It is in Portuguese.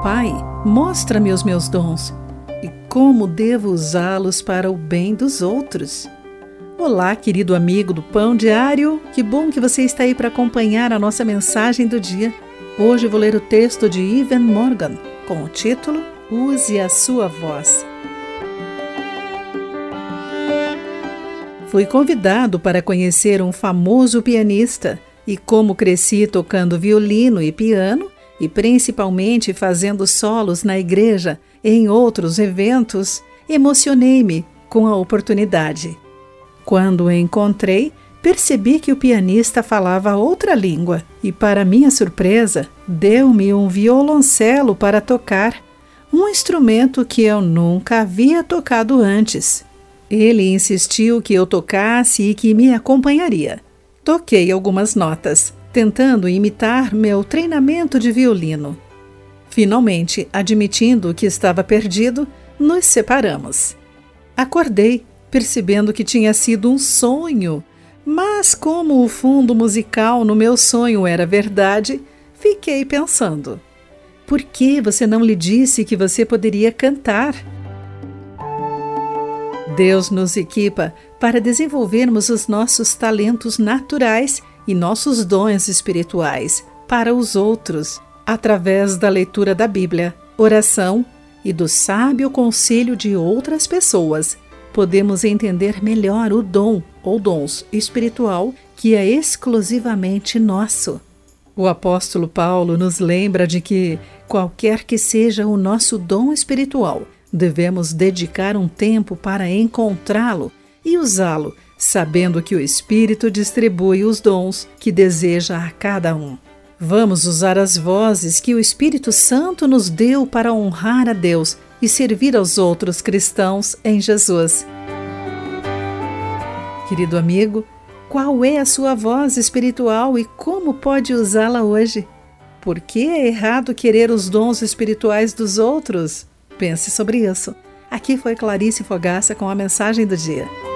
Pai, mostra-me os meus dons e como devo usá-los para o bem dos outros. Olá, querido amigo do Pão Diário, que bom que você está aí para acompanhar a nossa mensagem do dia. Hoje eu vou ler o texto de Evan Morgan, com o título Use a Sua Voz. Fui convidado para conhecer um famoso pianista e como cresci tocando violino e piano, e principalmente fazendo solos na igreja e em outros eventos, emocionei-me com a oportunidade. Quando o encontrei, percebi que o pianista falava outra língua e, para minha surpresa, deu-me um violoncelo para tocar, um instrumento que eu nunca havia tocado antes. Ele insistiu que eu tocasse e que me acompanharia. Toquei algumas notas, tentando imitar meu treinamento de violino. Finalmente, admitindo que estava perdido, nos separamos. Acordei, percebendo que tinha sido um sonho, mas como o fundo musical no meu sonho era verdade, fiquei pensando: por que você não lhe disse que você poderia cantar? Deus nos equipa para desenvolvermos os nossos talentos naturais e nossos dons espirituais para os outros, através da leitura da Bíblia, oração e do sábio conselho de outras pessoas. Podemos entender melhor o dom ou dons espiritual que é exclusivamente nosso. O apóstolo Paulo nos lembra de que, qualquer que seja o nosso dom espiritual, devemos dedicar um tempo para encontrá-lo e usá-lo, sabendo que o Espírito distribui os dons que deseja a cada um. Vamos usar as vozes que o Espírito Santo nos deu para honrar a Deus e servir aos outros cristãos em Jesus. Querido amigo, qual é a sua voz espiritual e como pode usá-la hoje? Por que é errado querer os dons espirituais dos outros? Pense sobre isso. Aqui foi Clarice Fogaça com a mensagem do dia.